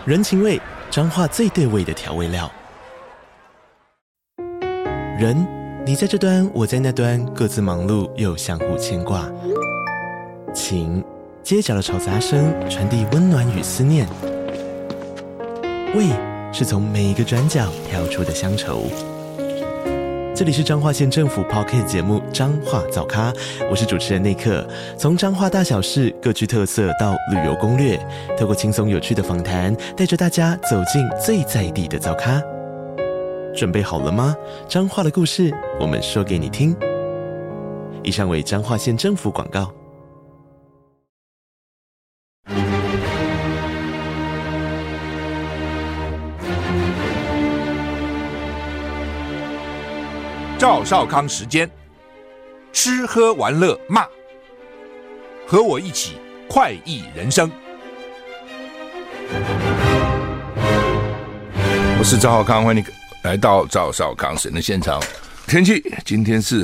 人情味，彰化最对味的调味料。人，你在这端，我在那端，各自忙碌又相互牵挂。情，街角的吵杂声传递温暖与思念。味，是从每一个转角跳出的乡愁。这里是彰化县政府 Podcast 节目《彰化早咖》，我是主持人内克。从彰化大小事各具特色到旅游攻略，透过轻松有趣的访谈，带着大家走进最在地的早咖。准备好了吗？彰化的故事，我们说给你听。以上为彰化县政府广告。 赵少康时间，吃喝玩乐骂，和我一起快意人生。我是赵少康，欢迎你来到赵少康时间的现场。天气今天是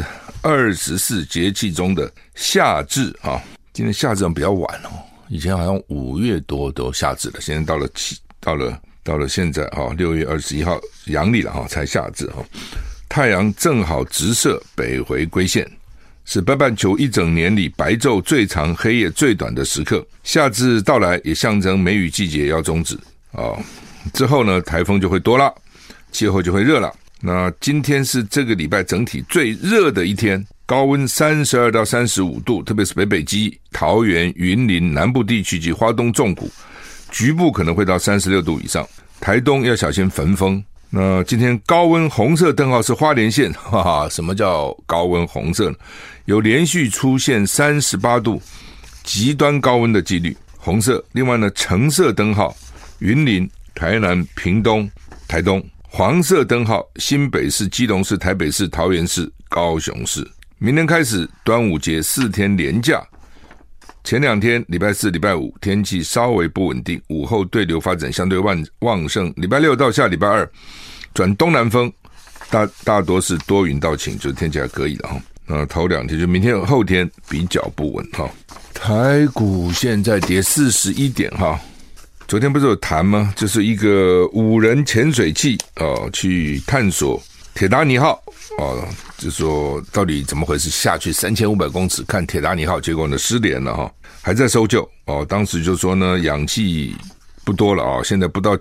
24节气中的夏至啊，今天夏至比较晚哦，以前好像5月多都夏至了，现在到了现在哈，6月21号阳历了哈，才夏至哈。太阳正好直射北回归线，是北半球一整年里白昼最长、黑夜最短的时刻。夏至到来，也象征梅雨季节要终止之后呢，台风就会多了，气候就会热了。那今天是这个礼拜整体最热的一天，高温32到35度，特别是北基、桃园、云林南部地区及花东纵谷，局部可能会到36度以上。台东要小心焚风。那今天高温红色灯号是花莲县，哈哈，什么叫高温红色呢？有连续出现38度极端高温的几率，红色。另外呢，橙色灯号云林、台南、屏东、台东，黄色灯号新北市、基隆市、台北市、桃园市、高雄市。明天开始端午节4天连假，前2天礼拜4、礼拜5天气稍微不稳定，午后对流发展相对旺盛。礼拜6到下礼拜2转东南风，大多是多云到晴，就是天气还可以的哈。那头2天就明天后天比较不稳哈。台股现在跌41点哈。昨天不是有谈吗？就是一个5人潜水器去探索铁达尼号就说到底怎么回事，下去3500公尺看铁达尼号，结果呢失联了哈，还在搜救当时就说呢氧气不多了现在不到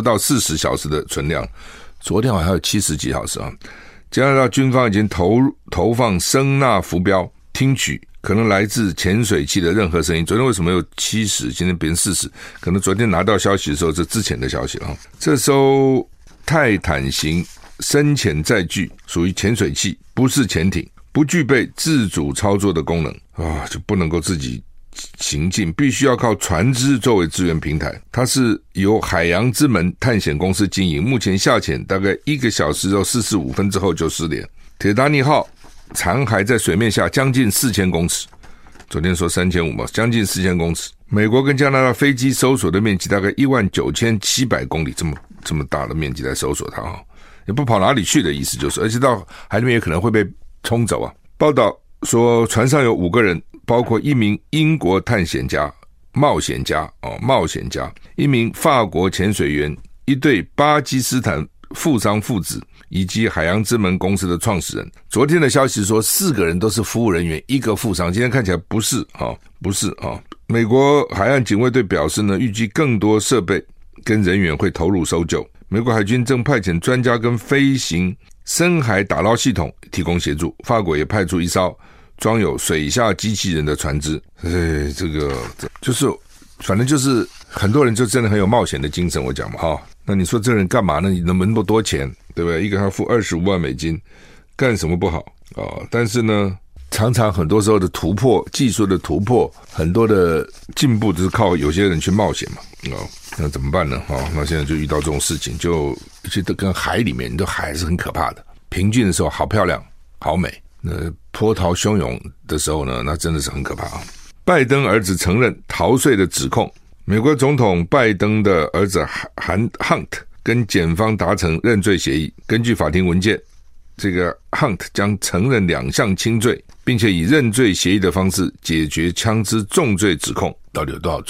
40小时的存量，昨天好像有70几小时啊。加拿大军方已经投放声纳浮标，听取可能来自潜水器的任何声音。昨天为什么有70，今天变成40？可能昨天拿到消息的时候是之前的消息了。这艘泰坦型深潜载具属于潜水器，不是潜艇，不具备自主操作的功能就不能够自己行进，必须要靠船只作为资源平台。它是由海洋之门探险公司经营，目前下潜大概1个小时到45分之后就失联。铁达尼号残骸在水面下将近4000公尺，昨天说3500嘛，将近4000公尺。美国跟加拿大飞机搜索的面积大概19700公里，这么大的面积来搜索它也不跑哪里去的意思就是，而且到海里面也可能会被冲走啊。报道说船上有5个人，包括1名英国探险家、冒险家，1名法国潜水员，1对巴基斯坦富商父子，以及海洋之门公司的创始人。昨天的消息说4个人都是服务人员，1个富商，今天看起来不是。美国海岸警卫队表示呢，预计更多设备跟人员会投入搜救。美国海军正派遣专家跟飞行深海打捞系统提供协助，法国也派出1艘装有水下机器人的船只。这个就是反正就是很多人就真的很有冒险的精神，我讲嘛那你说这人干嘛呢？你能不能多钱，对不对？一个他付25万美金，干什么不好但是呢，常常很多时候的突破，技术的突破，很多的进步，就是靠有些人去冒险嘛那怎么办呢那现在就遇到这种事情，就而且都跟海里面，海是很可怕的。平静的时候好漂亮好美，那波涛汹涌的时候呢，那真的是很可怕拜登儿子承认逃税的指控。美国总统拜登的儿子Hunt 跟检方达成认罪协议，根据法庭文件，这个 Hunt 将承认2项轻罪，并且以认罪协议的方式解决枪支重罪指控。到底有多少罪啊？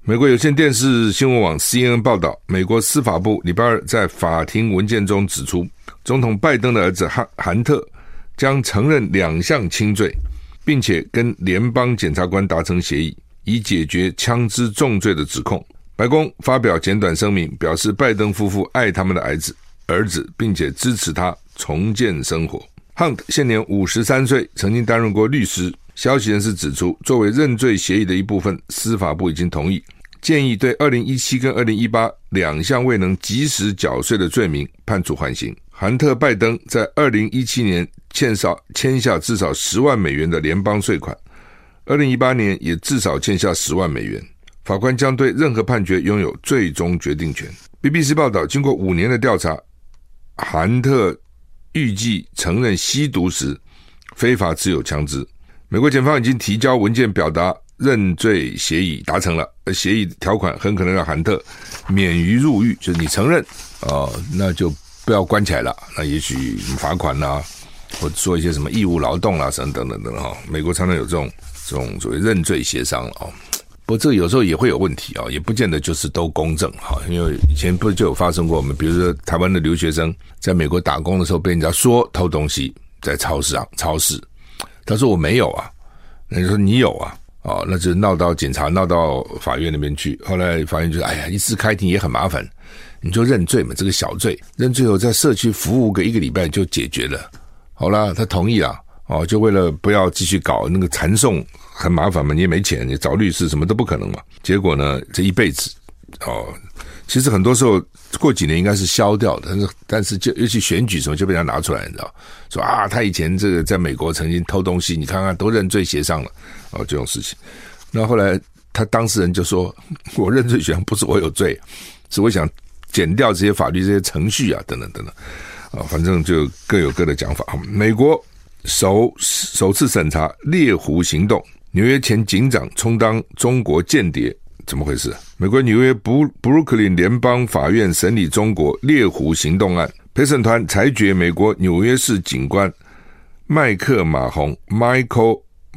美国有线电视新闻网 CNN 报道，美国司法部礼拜二在法庭文件中指出，总统拜登的儿子韩特将承认2项轻罪，并且跟联邦检察官达成协议，以解决枪支重罪的指控。白宫发表简短声明，表示拜登夫妇爱他们的儿子，并且支持他重建生活。Hunt 现年53岁，曾经担任过律师。消息人士指出，作为认罪协议的一部分，司法部已经同意建议对2017跟2018 2项未能及时缴税的罪名判处缓刑。韩特·拜登在2017年签下至少10万美元的联邦税款，2018年也至少欠下10万美元。法官将对任何判决拥有最终决定权。BBC 报道，经过5年的调查，韩特预计承认吸毒时非法持有枪支。美国检方已经提交文件表达认罪协议达成了，协议条款很可能让韩特免于入狱，就是你承认那就不要关起来了，那也许罚款啦，或者做一些什么义务劳动啦，等等等等美国常常有这种所谓认罪协商不过这个有时候也会有问题也不见得就是都公正因为以前不就有发生过，我们比如说台湾的留学生在美国打工的时候被人家说偷东西，在超市，他说我没有啊，人家说你有啊那就闹到警察，闹到法院那边去。后来法院就说一次开庭也很麻烦，你就认罪嘛，这个小罪认罪后在社区服务个1个礼拜就解决了。好啦，他同意了就为了不要继续搞那个缠讼很麻烦嘛，你也没钱，你找律师什么都不可能嘛。结果呢，这一辈子其实很多时候过几年应该是消掉的，但是就尤其选举什么就被人家拿出来，你知道说他以前这个在美国曾经偷东西，你看看都认罪协商了这种事情。那后来他当事人就说，我认罪协商不是我有罪，是我想减掉这些法律这些程序等等等等反正就各有各的讲法。美国首次审查猎狐行动，纽约前警长充当中国间谍，怎么回事？美国纽约布鲁克林联邦法院审理中国猎狐行动案，陪审团裁决美国纽约市警官麦克马洪 Michael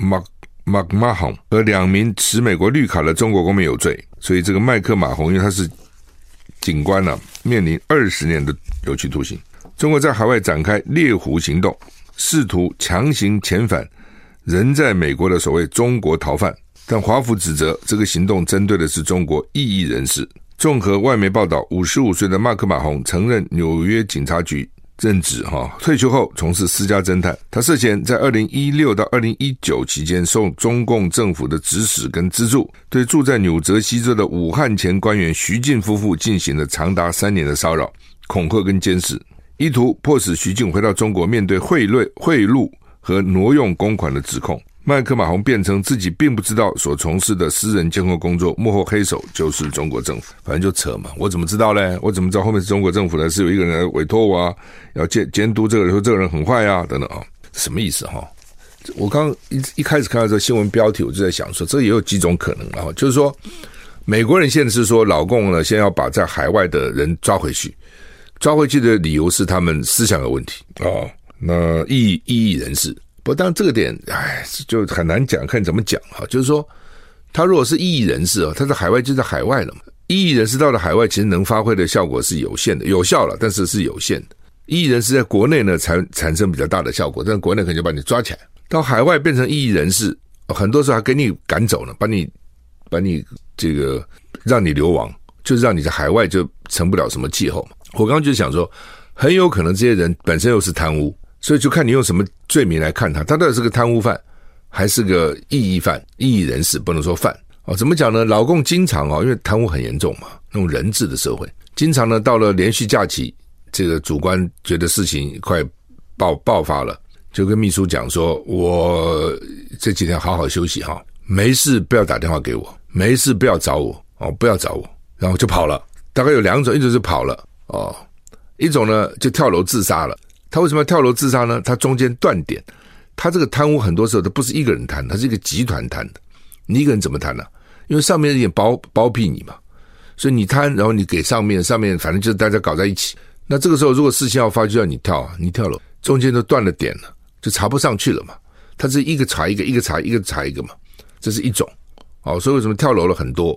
McMahon 和2名持美国绿卡的中国公民有罪，所以这个麦克马洪因为他是警官面临20年的有期徒刑。中国在海外展开猎狐行动，试图强行遣返人在美国的所谓中国逃犯，但华府指责这个行动针对的是中国异议人士。综合外媒报道，55岁的马克马洪承认纽约警察局任职退休后从事私家侦探。他涉嫌在2016到2019期间受中共政府的指使跟资助，对住在纽泽西州的武汉前官员徐进夫妇进行了长达3年的骚扰、恐吓跟监视，意图迫使徐进回到中国面对贿赂和挪用公款的指控。麦克马洪辩称自己并不知道所从事的私人监控工作幕后黑手就是中国政府，反正就扯嘛，我怎么知道呢？我怎么知道后面是中国政府呢？是有一个人来委托我要监督这个人，说这个人很坏等等什么意思我刚一开始看到这个新闻标题，我就在想说，这也有几种可能就是说，美国人现在是说老共呢，先要把在海外的人抓回去的理由是他们思想有问题那异议人士。不过当然这个点就很难讲，看怎么讲就是说他如果是异议人士他在海外就在海外了嘛，异议人士到了海外其实能发挥的效果是有限的，有效了但是是有限的。异议人士在国内呢才产生比较大的效果，但是国内可能就把你抓起来，到海外变成异议人士很多时候还给你赶走了，把你这个让你流亡，就是让你在海外就成不了什么气候嘛。我刚刚就想说很有可能这些人本身又是贪污，所以就看你用什么罪名来看他到底是个贪污犯还是个异议犯，异议人士不能说犯怎么讲呢？老共经常因为贪污很严重嘛，那种人治的社会，经常呢到了连续假期，这个主官觉得事情快爆发了，就跟秘书讲说，我这几天好好休息没事不要打电话给我，没事不要找我不要找我，然后就跑了。大概有2种，一种是跑了一种呢就跳楼自杀了。他为什么要跳楼自杀呢？他中间断点，他这个贪污很多时候他不是一个人贪，他是一个集团贪的。你一个人怎么贪呢？因为上面也包庇你嘛，所以你贪，然后你给上面反正就是大家搞在一起。那这个时候如果事情要发，就要你跳你跳楼，中间都断了点了，就查不上去了嘛。他是一个查一个，一个查一个嘛，这是一种所以为什么跳楼了很多，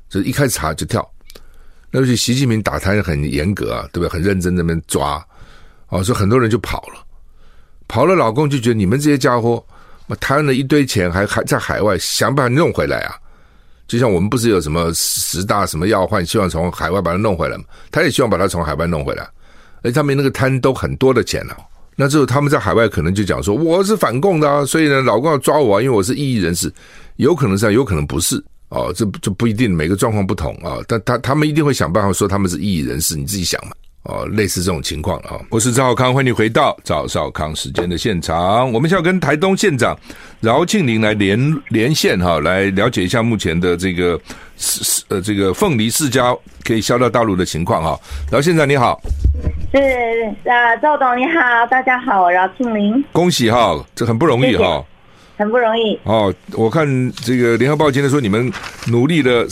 就是一开始查就跳。那尤其习近平打贪很严格啊，对不对？很认真在那边抓，所以很多人就跑了，老公就觉得你们这些家伙贪了一堆钱，还在海外想办法弄回来啊。就像我们不是有什么10大什么要换，希望从海外把它弄回来嘛，他也希望把它从海外弄回来，而且他们那个贪都很多的钱了。那之后他们在海外可能就讲说我是反共的啊，所以呢老公要抓我啊，因为我是异议人士，有可能是有可能不是这就不一定，每个状况不同但他们一定会想办法说他们是异议人士，你自己想嘛。类似这种情况我是赵少康，欢迎你回到赵少康时间的现场。我们现在跟台东县长饶庆铃来连线来了解一下目前的这个凤梨世家可以销到大陆的情况饶县长你好。 是赵董你好，大家好，饶庆铃。 恭喜这很不容易谢谢，很不容易我看这个联合报今天说你们努力了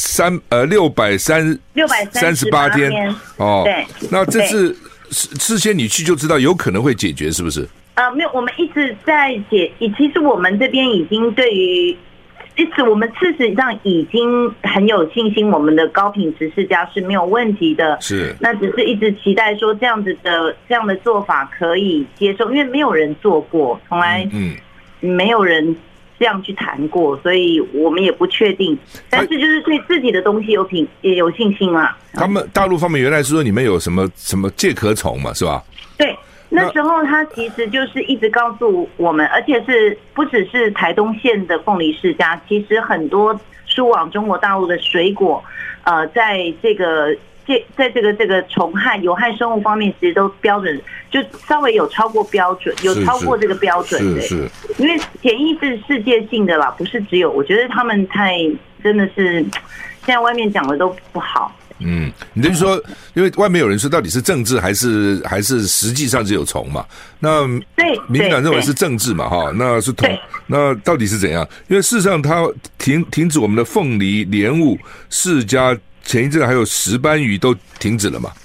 638天对， 那这次事先你去就知道有可能会解决是不是？ 没有，我们一直在其实我们这边已经对于我们事实上已经很有信心，我们的高品质世家是没有问题的。 是， 那只是一直期待说这样的做法可以接受，因为没有人做过，从来没有人这样去谈过，所以我们也不确定。但是就是对自己的东西也有信心啦。 他们大陆方面原来是说你们有什么介壳虫嘛，是吧？ 对。那时候他其实就是一直告诉我们，而且是不只是台东县的凤梨世家，其实很多输往中国大陆的水果，在这个虫害有害生物方面，其实都标准就稍微有超过标准，有超过这个标准的。 是， 因为检疫是世界性的啦，不是只有，我觉得他们真的是现在外面讲的都不好。 你就是说，因为外面有人说到底是政治还是实际上是有虫嘛？那民进党认为是政治嘛，那是那到底是怎样？因为事实上，它停止我们的凤梨、莲雾、世家，前一阵还有石斑鱼都停止了嘛，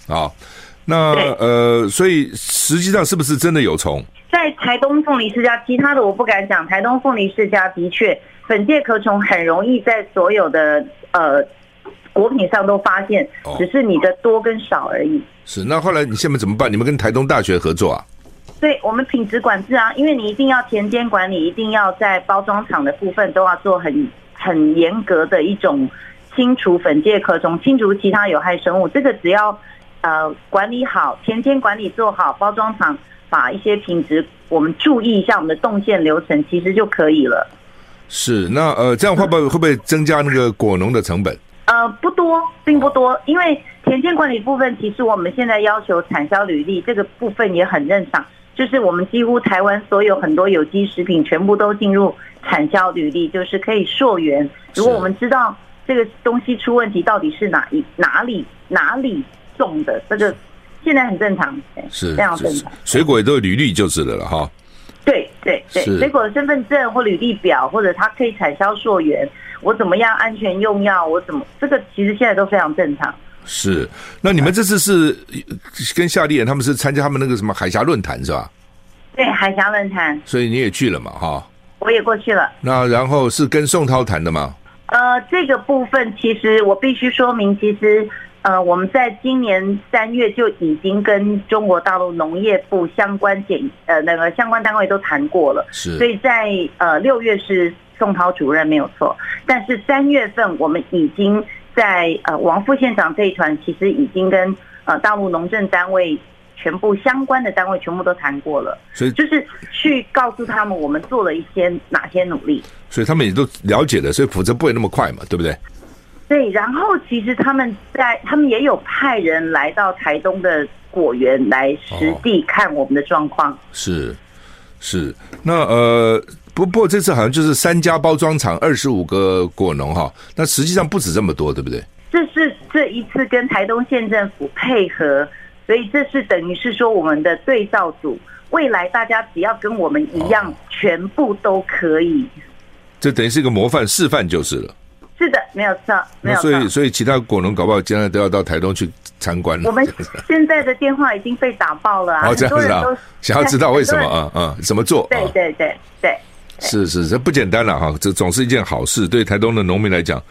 所以实际上是不是真的有虫？ 在台东凤梨世家，其他的我不敢讲。台东凤梨世家的确，粉介壳虫很容易在所有的果品上都发现，只是你的多跟少而已。 是，那后来你现在怎么办？你们跟台东大学合作啊？ 对，我们品质管制啊，因为你一定要田间管理，一定要在包装厂的部分都要做很严格的一种清除粉介壳虫、清除其他有害生物。这个只要管理好，田间管理做好，包装厂把一些品质我们注意一下我们的动线流程，其实就可以了。 是，那这样会不会增加那个果农的成本？ 不多，并不多，因为田间管理部分，其实我们现在要求产销履历这个部分也很认常，就是我们几乎台湾所有很多有机食品全部都进入产销履历，就是可以溯源。如果我们知道这个东西出问题到底是哪里种的，这个现在很正常， 是非常正常。 水果也都有履历就是了哈。 对，水果的身份证或履历表，或者它可以产销溯源。我怎么样安全用药？这个其实现在都非常正常。 是，那你们这次是跟夏立言他们是参加他们那个什么海峡论坛是吧？ 对，海峡论坛。 所以你也去了嘛， 我也过去了。 那然后是跟宋涛谈的吗？ 这个部分其实我必须说明，其实我们在今年3月就已经跟中国大陆农业部相关相关单位都谈过了。 是， 所以在6月是宋涛主任没有错，但是3月份我们已经在王副县长这一团，其实已经跟大陆农政单位全部相关的单位全部都谈过了，所以就是去告诉他们我们做了哪些努力， 所以他们也都了解了，所以否则不会那么快嘛，对不对？ 对，然后其实他们也有派人来到台东的果园来实地看我们的状况。是， 那不过这次好像就是3家包装厂25个果农那实际上不止这么多，对不对？ 这是这一次跟台东县政府配合，所以这是等于是说我们的对照组，未来大家只要跟我们一样，全部都可以。 这等于是一个模范示范就是了。 是的，没有错。 所以其他果农搞不好将来都要到台东去参观了。 我们现在的电话已经被打爆了啊！ 这样子啊，想要知道为什么怎么做？ 对。 是，这不简单了这总是一件好事。对台东的农民来讲，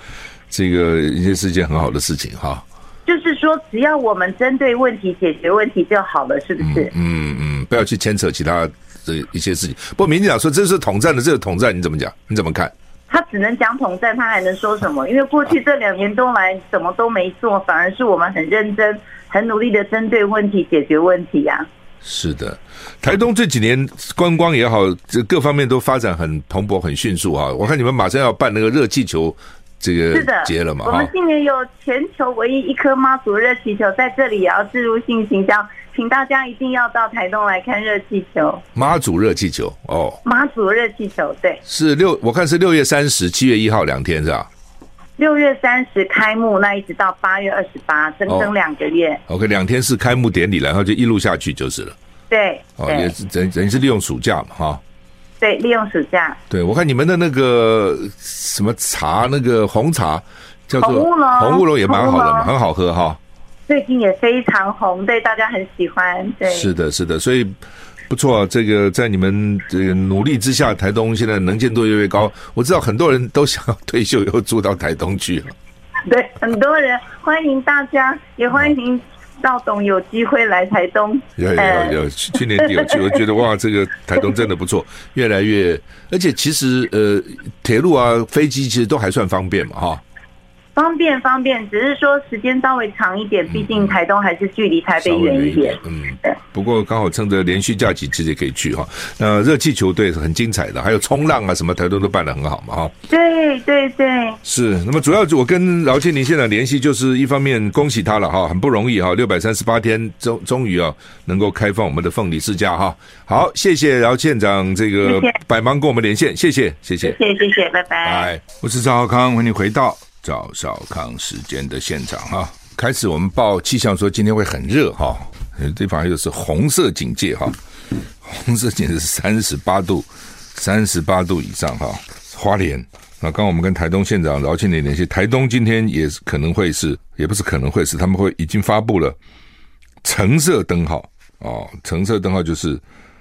这个也是件很好的事情哈。 就是说，只要我们针对问题解决问题就好了，是不是？ 不要去牵扯其他的一些事情。不过民进党说这是统战的，这个统战你怎么讲？你怎么看？ 他只能讲统战，他还能说什么？因为过去这2年多来什么都没做，反而是我们很认真、很努力的针对问题解决问题啊。 是的，台东这几年观光也好，这各方面都发展很蓬勃、很迅速啊。我看你们马上要办那个热气球这个节了嘛？ 我们今年有全球唯一一颗妈祖热气球，在这里也要置入性行销，请大家一定要到台东来看热气球。妈祖热气球哦， 妈祖热气球对， 我看是6月30、7月1号2天是吧 ？6月30开幕，那一直到8月28，整整2个月。 OK， 2天是开幕典礼，然后就一路下去就是了。 对， 也是等于是利用暑假嘛哈。 对，利用暑假。 对，我看你们的那个什么茶，那个红茶叫做红乌龙也蛮好的嘛，很好喝哈。 最近也非常红，对，大家很喜欢。对， 是的，是的，所以不错啊。这个在你们这个努力之下，台东现在能见度越来越高。我知道很多人都想要退休以后住到台东去了。 对，很多人欢迎大家，也欢迎赵董有机会来台东。 有，去年底有去，我觉得哇，这个台东真的不错，越来越，而且其实铁路啊、飞机其实都还算方便嘛，哈。 方便，只是说时间稍微长一点，毕竟台东还是距离台北远一点。 不过刚好趁着连续假期，其实也可以去哈。那热气球队是很精彩的，还有冲浪啊什么，台东都办得很好嘛，哈。 对。 是，那么主要我跟饶庆林县长联系，就是一方面恭喜他了哈，很不容易哈，638天终于啊能够开放我们的凤梨世家哈。好，谢谢饶县长这个百忙跟我们连线，谢谢， 拜拜。 我是赵少康，欢迎回到赵少康时间的现场哈。开始我们报气象说今天会很热哈，地方又是红色警戒哈，红色警戒是38度以上哈。花莲，那刚刚我们跟台东县长饶庆林联系，台东今天也可能会是，也不是可能会是，他们会已经发布了橙色灯号哦，橙色灯号就是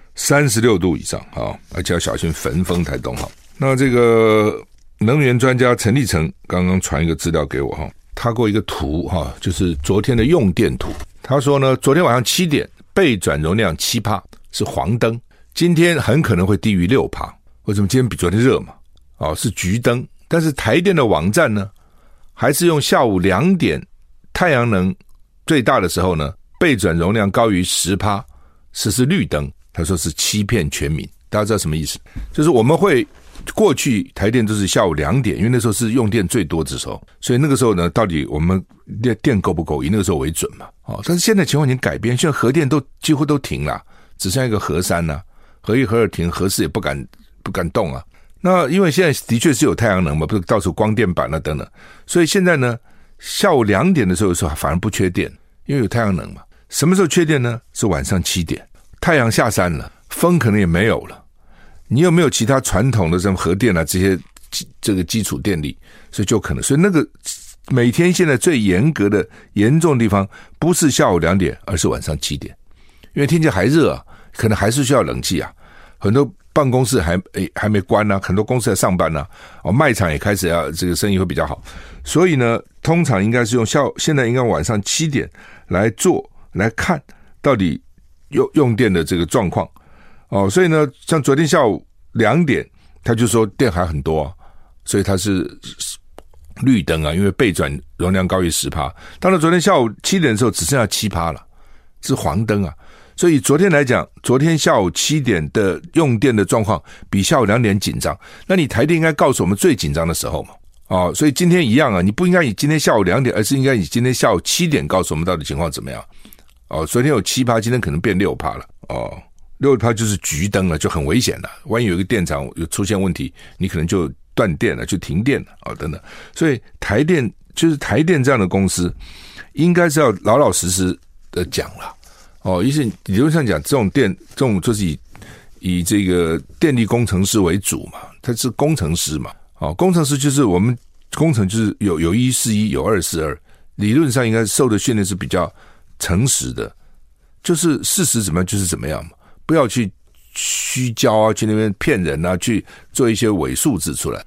36度以上啊，而且要小心焚风台东哈。那这个能源专家陈立成刚刚传一个资料给我哈，他过一个图哈，就是昨天的用电图。他说呢，昨天晚上7点备转容量 7% 是黄灯，今天很可能会低于 6%。为什么今天比昨天热嘛？哦，是橘灯。但是台电的网站呢，还是用下午2点太阳能最大的时候呢，备转容量高于 10%， 是绿灯。他说是欺骗全民。大家知道什么意思？就是我们会过去台电都是下午2点，因为那时候是用电最多的时候，所以那个时候呢，到底我们电够不够，以那个时候为准嘛。哦，但是现在情况已经改变，现在核电都几乎都停了，只剩下一个核3啊，核1、核2停，核4也不敢动啊。那因为现在的确是有太阳能嘛，不是到处光电板啊等等，所以现在呢，下午2点的时候反而不缺电，因为有太阳能嘛。什么时候缺电呢？是晚上7点，太阳下山了，风可能也没有了。你有没有其他传统的什么核电啊这个基础电力？所以就可能，所以那个每天现在最严格的严重的地方，不是下午2点，而是晚上7点，因为天气还热啊，可能还是需要冷气啊，很多办公室还没关啊，很多公司在上班啊，卖场也开始要这个生意会比较好，所以呢，通常应该是现在应该晚上7点来看到底用电的这个状况哦，所以呢，像昨天下午2点，他就说电还很多啊，所以它是绿灯啊，因为备转容量高于 10%。到了昨天下午7点的时候，只剩下 7% 了，是黄灯啊。所以昨天来讲，昨天下午7点的用电的状况比下午2点紧张。那你台电应该告诉我们最紧张的时候嘛？哦，所以今天一样啊，你不应该以今天下午2点，而是应该以今天下午7点告诉我们到底情况怎么样。哦，昨天有 7%， 今天可能变 6% 了。哦，6% 就是橘灯了，就很危险了。万一有一个电厂有出现问题，你可能就断电了，就停电了啊，等等。所以台电这样的公司，应该是要老老实实的讲了。哦，意思理论上讲，这种就是以这个电力工程师为主嘛，他是工程师嘛。哦，工程师就是我们工程就是有141，有242，理论上应该受的训练是比较诚实的，就是事实怎么样就是怎么样嘛，不要去虚焦啊，去那边骗人啊，去做一些伪数字出来。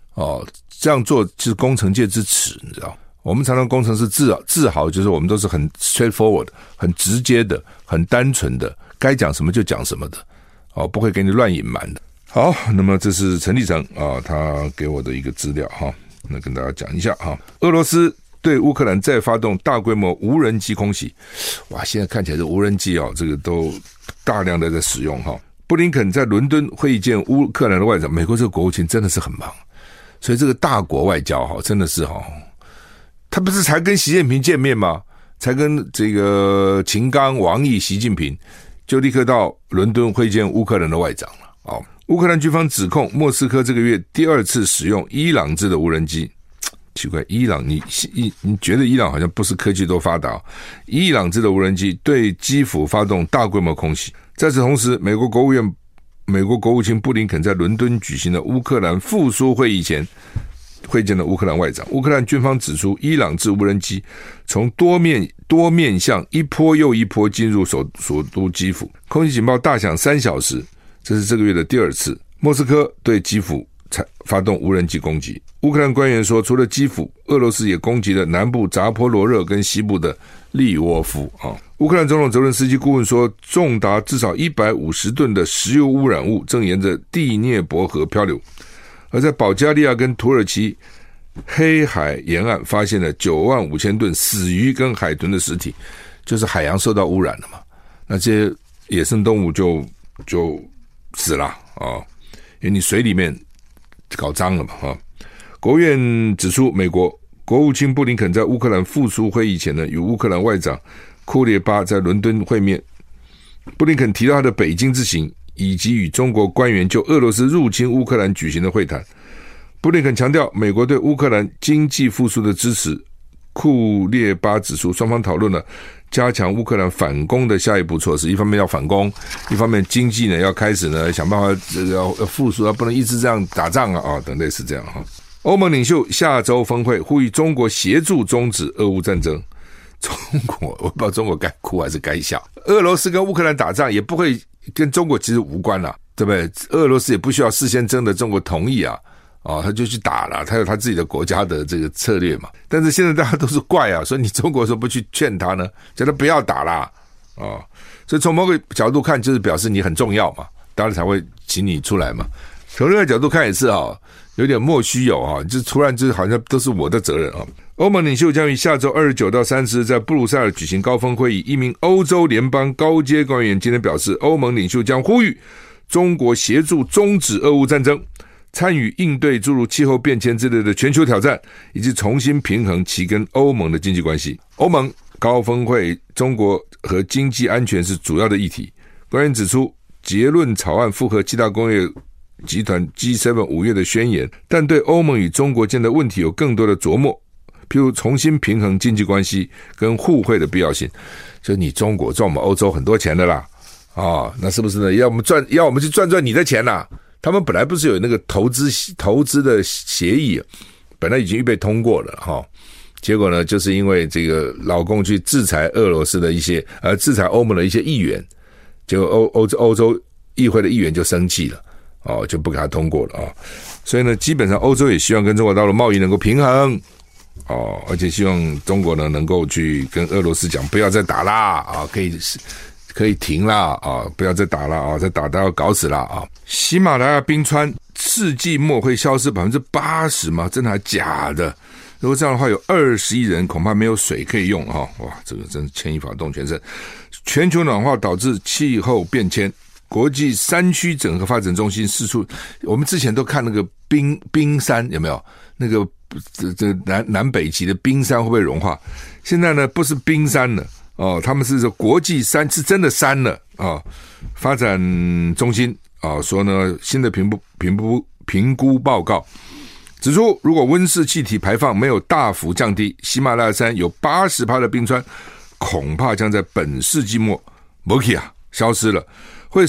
这样做是工程界之耻，你知道。我们常常工程师自豪，就是我们都是很 straightforward 很直接的，很单纯的，该讲什么就讲什么的，不会给你乱隐瞒的。好，那么这是陈立成他给我的一个资料那跟大家讲一下俄罗斯对乌克兰再发动大规模无人机空袭，哇，现在看起来是无人机这个都大量的在使用布林肯在伦敦会见乌克兰的外长，美国这个国务卿真的是很忙，所以这个大国外交真的是他不是才跟习近平见面吗？才跟这个秦刚、王毅、习近平就立刻到伦敦会见乌克兰的外长了乌克兰军方指控莫斯科这个月第2次使用伊朗制的无人机，奇怪，伊朗你觉得伊朗好像不是科技多发达伊朗制的无人机对基辅发动大规模空袭。在此同时，美国国务卿布林肯在伦敦举行的乌克兰复苏会议前会见了乌克兰外长。乌克兰军方指出，伊朗制无人机从多面向一波又一波进入首都基辅，空袭警报大响3小时，这是这个月的第2次。莫斯科对基辅发动无人机攻击。乌克兰官员说，除了基辅，俄罗斯也攻击了南部扎波罗热跟西部的利沃夫乌克兰总统泽伦斯基顾问说，重达至少150吨的石油污染物正沿着第聂伯河漂流。而在保加利亚跟土耳其黑海沿岸发现了95000吨死鱼跟海豚的尸体，就是海洋受到污染了嘛，那这些野生动物就死了因为你水里面搞脏了嘛国务院指出，美国国务卿布林肯在乌克兰复苏会议前呢，与乌克兰外长库列巴在伦敦会面。布林肯提到他的北京之行，以及与中国官员就俄罗斯入侵乌克兰举行的会谈。布林肯强调美国对乌克兰经济复苏的支持。库列巴指出，双方讨论了加强乌克兰反攻的下一步措施，一方面要反攻，一方面经济呢要开始呢想办法要复苏，不能一直这样打仗等类似这样欧盟领袖下周峰会呼吁中国协助终止俄乌战争。中国，我不知道中国该哭还是该笑。俄罗斯跟乌克兰打仗也不会跟中国其实无关对不对？俄罗斯也不需要事先征得中国同意他就去打了，他有他自己的国家的这个策略嘛。但是现在大家都是怪所以你中国说不去劝他呢，叫他不要打啦所以从某个角度看，就是表示你很重要嘛，当然才会请你出来嘛。从另外角度看也是有点莫须有就突然就是好像都是我的责任欧盟领袖将于下周29到30日在布鲁塞尔举行高峰会议。一名欧洲联邦高阶官员今天表示，欧盟领袖将呼吁中国协助终止俄乌战争，参与应对诸如气候变迁之类的全球挑战，以及重新平衡其跟欧盟的经济关系。欧盟高峰会中国和经济安全是主要的议题。官员指出，结论草案符合7大工业集团 G7 5月的宣言，但对欧盟与中国间的问题有更多的琢磨，譬如重新平衡经济关系跟互惠的必要性。就你中国赚我们欧洲很多钱的啦那是不是呢？要我们去赚你的钱啦。他们本来不是有那个投资的协议，本来已经预备通过了结果呢，就是因为这个老共去制裁俄罗斯的一些制裁欧盟的一些议员，结果欧洲议会的议员就生气了就不给他通过了所以呢，基本上欧洲也希望跟中国大陆贸易能够平衡而且希望中国呢能够去跟俄罗斯讲不要再打啦可以停啦不要再打啦再打都要搞死啦喜马拉雅冰川世纪末会消失 80% 吗？真的还假的？如果这样的话，有20亿人恐怕没有水可以用哇，这个真是牵一发动全身。全球暖化导致气候变迁，国际山区整合发展中心释出，我们之前都看那个冰山有没有？那个南北极的冰山会不会融化？现在呢，不是冰山了他们是国际山，是真的山了发展中心说呢，新的评估报告指出，如果温室气体排放没有大幅降低，喜马拉雅山有 80% 的冰川恐怕将在本世纪末消失了，会使得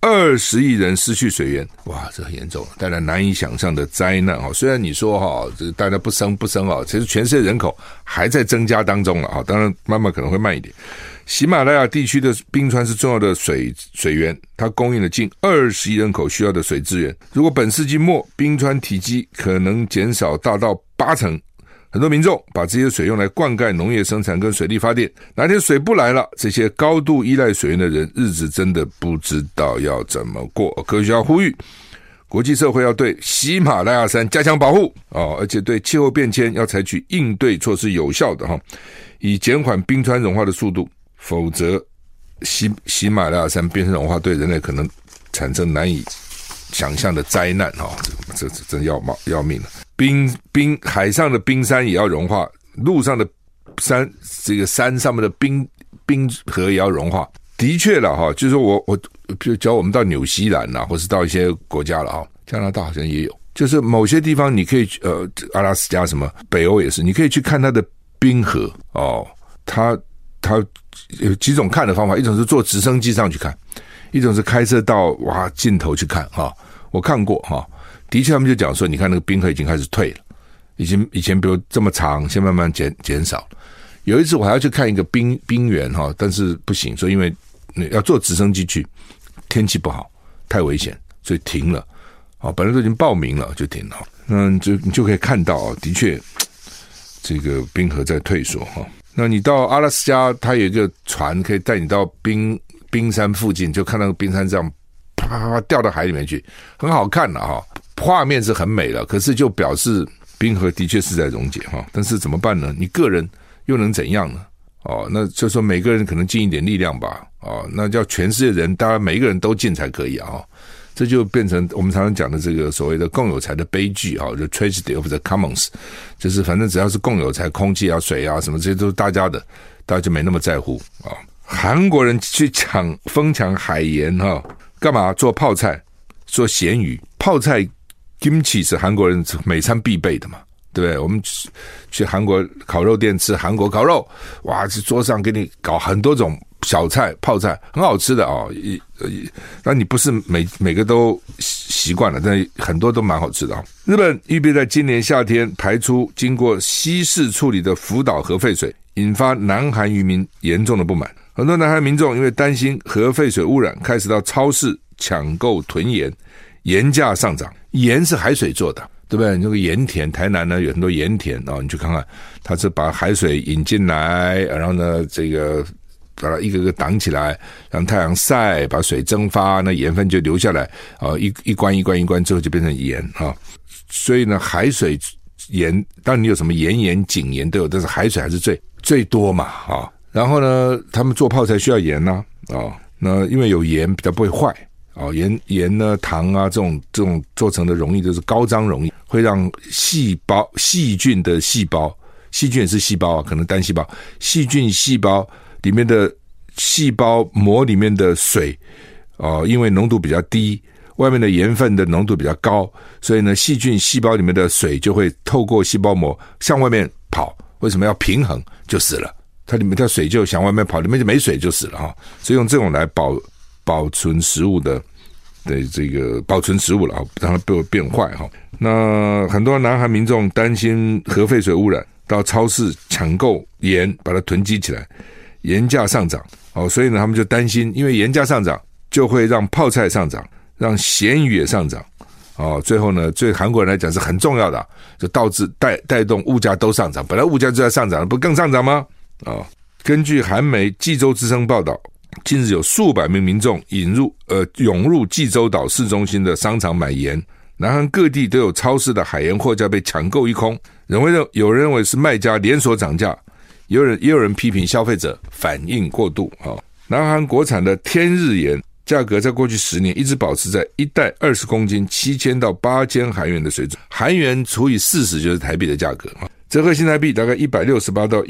20亿人失去水源，哇，这很严重，带来难以想象的灾难。虽然你说这大家不生其实全世界人口还在增加当中了，当然慢慢可能会慢一点。喜马拉雅地区的冰川是重要的水源，它供应了近20亿人口需要的水资源。如果本世纪末冰川体积可能减少大到80%，很多民众把这些水用来灌溉农业生产跟水力发电，哪天水不来了，这些高度依赖水源的人日子真的不知道要怎么过。科学家呼吁国际社会要对喜马拉雅山加强保护而且对气候变迁要采取应对措施有效的以减缓冰川融化的速度，否则喜马拉雅山冰川融化对人类可能产生难以想象的灾难这真要命了。海上的冰山也要融化，路上的这个山上面的冰河也要融化。的确了就是说我比如讲我们到纽西兰或是到一些国家了加拿大好像也有，就是某些地方你可以阿拉斯加什么北欧也是，你可以去看它的冰河它有几种看的方法，一种是坐直升机上去看，一种是开车到尽头去看我看过的确他们就讲说，你看那个冰河已经开始退了，以前比如这么长，现在慢慢减少。有一次我还要去看一个冰原但是不行，所以因为要坐直升机去，天气不好，太危险，所以停了本来都已经报名了就停了。你就可以看到的确这个冰河在退缩那你到阿拉斯加，它有一个船可以带你到冰山附近，就看到冰山这样啪啪啪掉到海里面去，很好看了画面是很美了，可是就表示冰河的确是在溶解但是怎么办呢？你个人又能怎样呢？那就说每个人可能尽一点力量吧那叫全世界人，当然每一个人都尽才可以这就变成我们常常讲的这个所谓的共有财的悲剧就 tragedy of the commons， 就是反正只要是共有财，空气水什么这些都是大家的，大家就没那么在乎韩国人去疯抢海盐干嘛？做泡菜，做咸鱼。泡菜 kimchi 是韩国人每餐必备的嘛，对不对？我们去韩国烤肉店吃韩国烤肉，哇，桌上给你搞很多种小菜泡菜，很好吃的那你不是每个都习惯了，但很多都蛮好吃的日本预备在今年夏天排出经过稀释处理的福岛核废水，引发南韩渔民严重的不满。很多南韩民众因为担心核废水污染，开始到超市抢购囤盐，盐价上涨。盐是海水做的，对不对？那个盐田，台南呢有很多盐田你去看看，它是把海水引进来，然后呢这个把它一个个挡起来，让太阳晒，把水蒸发，那盐分就流下来一罐一罐一罐之后就变成盐所以呢海水盐，当然你有什么盐井盐都有，但是海水还是最多嘛然后呢他们做泡菜需要盐那因为有盐比较不会坏盐呢糖这种做成的溶液就是高张溶液，会让细菌的细胞，细菌也是细胞可能单细胞，细菌细胞里面的细胞膜里面的水因为浓度比较低，外面的盐分的浓度比较高，所以呢细菌细胞里面的水就会透过细胞膜向外面跑。为什么要平衡？就死了，它里面的水就向外面跑，里面就没水就死了所以用这种来保存食物的这个保存食物了让它变坏那很多南韩民众担心核废水污染，到超市抢购盐，把它囤积起来，盐价上涨所以呢他们就担心，因为盐价上涨就会让泡菜上涨，让咸鱼也上涨最后呢对韩国人来讲是很重要的，就导致带动物价都上涨，本来物价就在上涨，不更上涨吗根据韩媒济州之声报道，近日有数百名民众涌入济州岛市中心的商场买盐，南韩各地都有超市的海盐货架被抢购一空，有人认为是卖家连锁涨价，也有人批评消费者反应过度南韩国产的天日盐价格在过去10年一直保持在一袋20公斤7000到8000韩元的水准，韩元除以40就是台币的价格折合新台币大概168到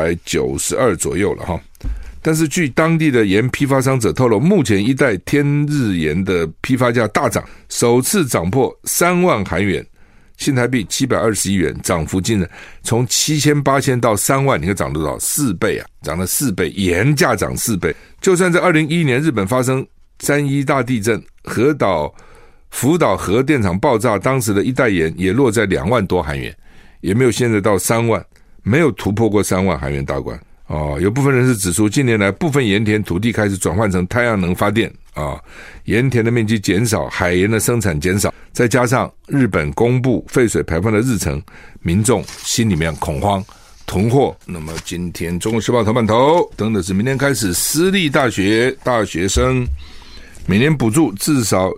192左右了但是据当地的盐批发商者透露，目前一袋天日盐的批发价大涨，首次涨破3万韩元，新台币721元，涨幅惊人，从7000、8000到3万，你看涨多少？4倍涨了4倍，盐价涨4倍。就算在2011年日本发生 3.1大地震，福岛核电厂爆炸，当时的一袋盐也落在2万多韩元，也没有现在到3万，没有突破过3万韩元大关。有部分人士指出，近年来部分盐田土地开始转换成太阳能发电盐田的面积减少，海盐的生产减少，再加上日本公布废水排放的日程，民众心里面恐慌囤货。那么今天中国时报头版头登的是明天开始私立大学大学生每年补助至少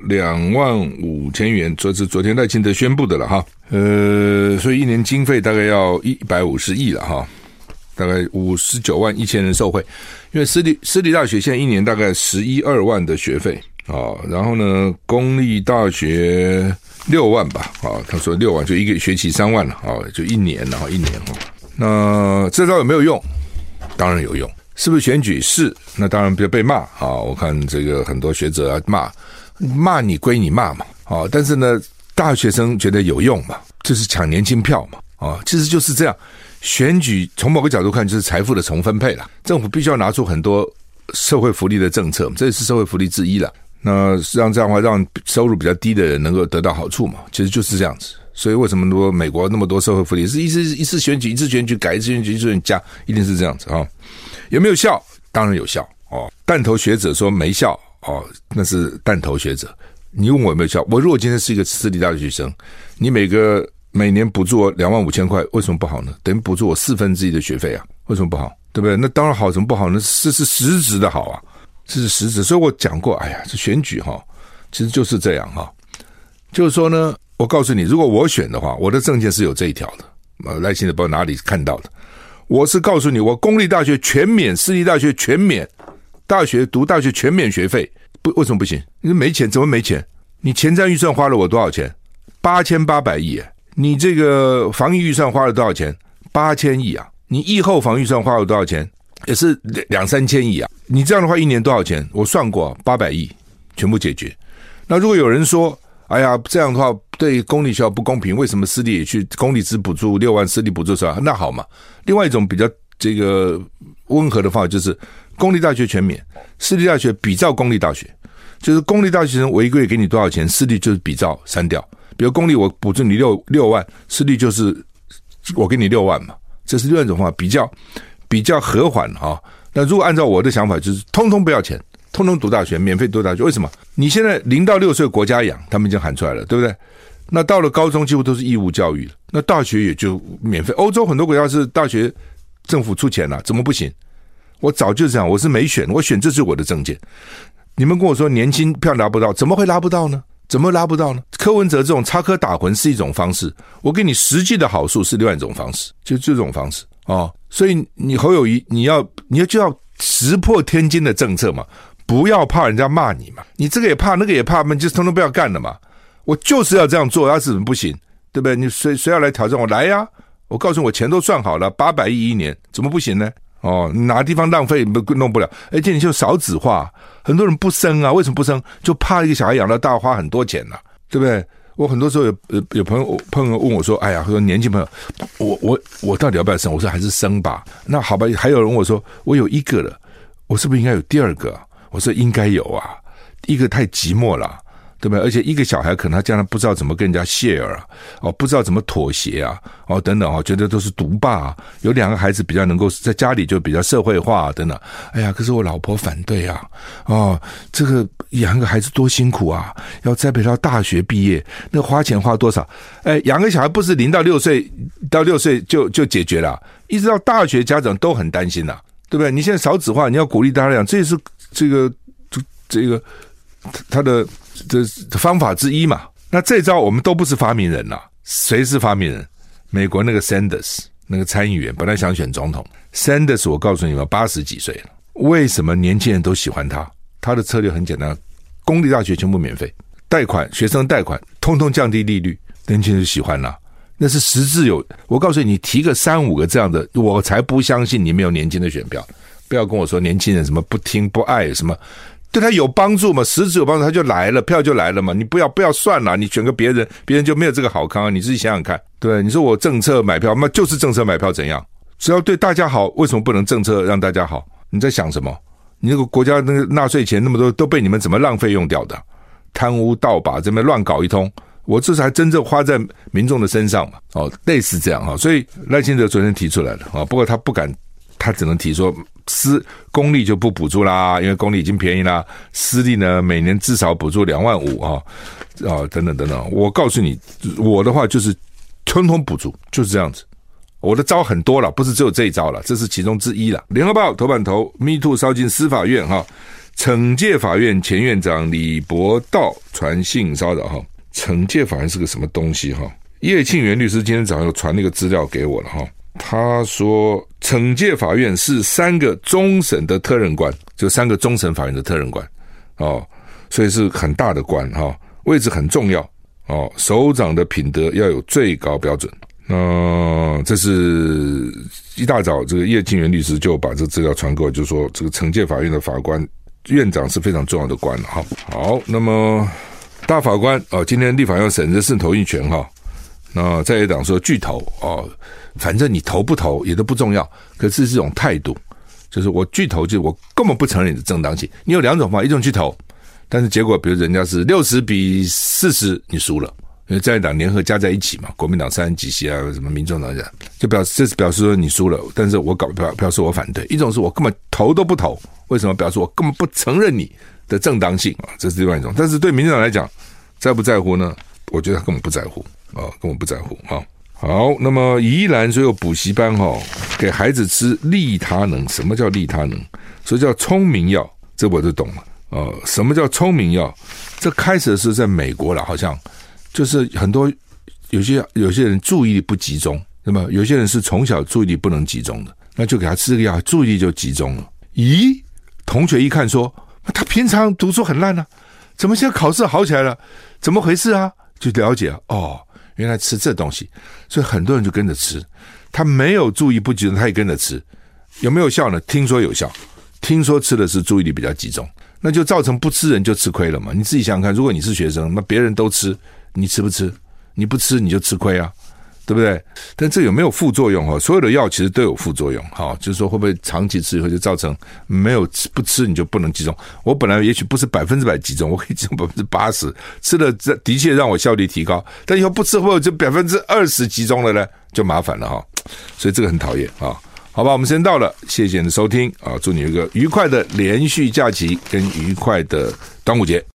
25000元，这是昨天赖清德宣布的了哈。所以一年经费大概要150亿了哈，大概59万1000人受惠。因为私立大学现在一年大概11-12万的学费然后呢公立大学6万吧他说6万就一个学期3万了就一年那这招有没有用？当然有用。是不是选举？是，那当然被骂我看这个很多学者骂你归你骂嘛但是呢大学生觉得有用嘛，就是抢年轻票嘛其实就是这样。选举从某个角度看就是财富的重分配啦，政府必须要拿出很多社会福利的政策，这也是社会福利之一啦。那让这样的话让收入比较低的人能够得到好处嘛，其实就是这样子。所以为什么说美国那么多社会福利是一次选举改，一次选举一次选举加，一定是这样子有没有效？当然有效弹头学者说没效那是弹头学者。你问我有没有效？我如果今天是一个私立大学生，你每年补助我25000块，为什么不好呢？等于补助我1/4的学费为什么不好？对不对？那当然好，怎么不好呢？这是实质的好这是实质。所以我讲过，这选举其实就是这样就是说呢，我告诉你，如果我选的话，我的政见是有这一条的。赖清德不知道哪里看到的，我是告诉你，我公立大学全免，私立大学全免，读大学全免学费，为什么不行？你没钱，怎么没钱？你前瞻预算花了我多少钱？8800亿你这个防疫预算花了多少钱？8000亿你疫后防疫预算花了多少钱？也是2-3千亿你这样的话一年多少钱？我算过800亿全部解决。那如果有人说哎呀这样的话对公立学校不公平，为什么私立也去，公立只补助6万，私立补助12万？那好嘛，另外一种比较这个温和的方法就是公立大学全免，私立大学比照公立大学，就是公立大学生我一个月给你多少钱，私立就是比照删掉。比如公立我补助你6万，私立就是我给你6万嘛，这是另外一种方法，比较和缓那如果按照我的想法，就是通通不要钱，通通读大学，免费读大学。为什么？你现在0到6岁国家养，他们已经喊出来了，对不对？那到了高中几乎都是义务教育了，那大学也就免费。欧洲很多国家是大学政府出钱怎么不行？我早就这样，我是没选，我选这是我的政见。你们跟我说年轻票拿不到，怎么会拿不到呢？柯文哲这种插科打诨是一种方式，我给你实际的好处是另外一种方式，就这种方式所以你侯友宜就要石破天惊的政策嘛，不要怕人家骂你嘛，你这个也怕那个也怕，就通通不要干了嘛。我就是要这样做，要是怎么不行？对不对？你谁要来挑战我？来呀！我告诉你，我钱都算好了，800亿一年，怎么不行呢？哪地方浪费弄不了？而且你就少子化，很多人不生为什么不生？就怕一个小孩养到大花很多钱对不对？我很多时候有朋友问我说，哎呀，说年轻朋友，我到底要不要生？我说还是生吧。那好吧，还有人问我说，我有1个了，我是不是应该有第2个？我说应该有1个太寂寞了。对不对？而且一个小孩可能他将来不知道怎么跟人家 share 不知道怎么妥协等等觉得都是独霸有2个孩子比较能够在家里就比较社会化等等。哎呀，可是我老婆反对这个养个孩子多辛苦要栽培到大学毕业，那花钱花多少？养个小孩不是0到6岁就解决了，一直到大学家长都很担心对不对？你现在少子化，你要鼓励大家养，这也是这个他的方法之一嘛。那这招我们都不是发明人谁是发明人？美国那个 Sanders 那个参议员本来想选总统 Sanders， 我告诉你们80几岁了，为什么年轻人都喜欢他？他的策略很简单，公立大学全部免费，学生贷款通通降低利率，年轻人就喜欢那是实质有。我告诉你，提个3-5个这样的，我才不相信你没有年轻的选票。不要跟我说年轻人什么不听不爱什么，对他有帮助嘛？实质有帮助，他就来了，票就来了嘛。你不要算了，你选个别人就没有这个好康你自己想想看。对，你说我政策买票，那就是政策买票怎样？只要对大家好，为什么不能政策让大家好？你在想什么？ 你那个国家那个纳税钱那么多都被你们怎么浪费用掉的？贪污盗把这边乱搞一通，我这是还真正花在民众的身上嘛？类似这样所以赖清德昨天提出来了不过他不敢，他只能提说公立就不补助啦，因为公立已经便宜啦，私立呢每年至少补助25000等等等等。我告诉你，我的话就是通通补助，就是这样子。我的招很多了，不是只有这一招了，这是其中之一了。联合报头版头 ，Me Too 烧进司法院惩戒法院前院长李博道传性骚扰惩戒法院是个什么东西叶庆元律师今天早上又传那个资料给我了他说惩戒法院是3个终审的特任官，就3个终审法院的特任官所以是很大的官位置很重要首长的品德要有最高标准。这是一大早这个叶庆元律师就把这个资料传过来，就说这个惩戒法院的法官院长是非常重要的官了好，那么大法官今天立法院审人事投印权那在野党说拒投反正你投不投也都不重要，可是这种态度就是我拒投，就是我根本不承认你的正当性。你有2种方法，一种去投，但是结果比如人家是60比40你输了，因为在野党联合加在一起嘛，国民党30几席什么民众党就这是表示说你输了，但是我表示我反对。一种是我根本投都不投，为什么？表示我根本不承认你的正当性这是另外一种。但是对民进党来讲在不在乎呢？我觉得他根本不在乎根本不在乎好，那么宜兰所有补习班给孩子吃利他能。什么叫利他能？所以叫聪明药，这我就懂了什么叫聪明药？这开始是在美国了，好像就是很多有些人注意力不集中，对吧？有些人是从小注意力不能集中的，那就给他吃这个药，注意力就集中了。咦，同学一看说他平常读书很烂怎么现在考试好起来了？怎么回事就了解原来吃这东西，所以很多人就跟着吃。他没有注意不集中，他也跟着吃。有没有效呢？听说有效，听说吃的是注意力比较集中，那就造成不吃人就吃亏了嘛。你自己想想看，如果你是学生，那别人都吃，你吃不吃？你不吃你就吃亏对不对？但这有没有副作用所有的药其实都有副作用就是说会不会长期吃以后就造成不吃你就不能集中。我本来也许不是100%集中，我可以集中80%，吃了的确让我效率提高，但以后不吃会不会就20%集中了呢？就麻烦了所以这个很讨厌好吧，我们时间到了，谢谢你的收听祝你有一个愉快的连续假期跟愉快的端午节。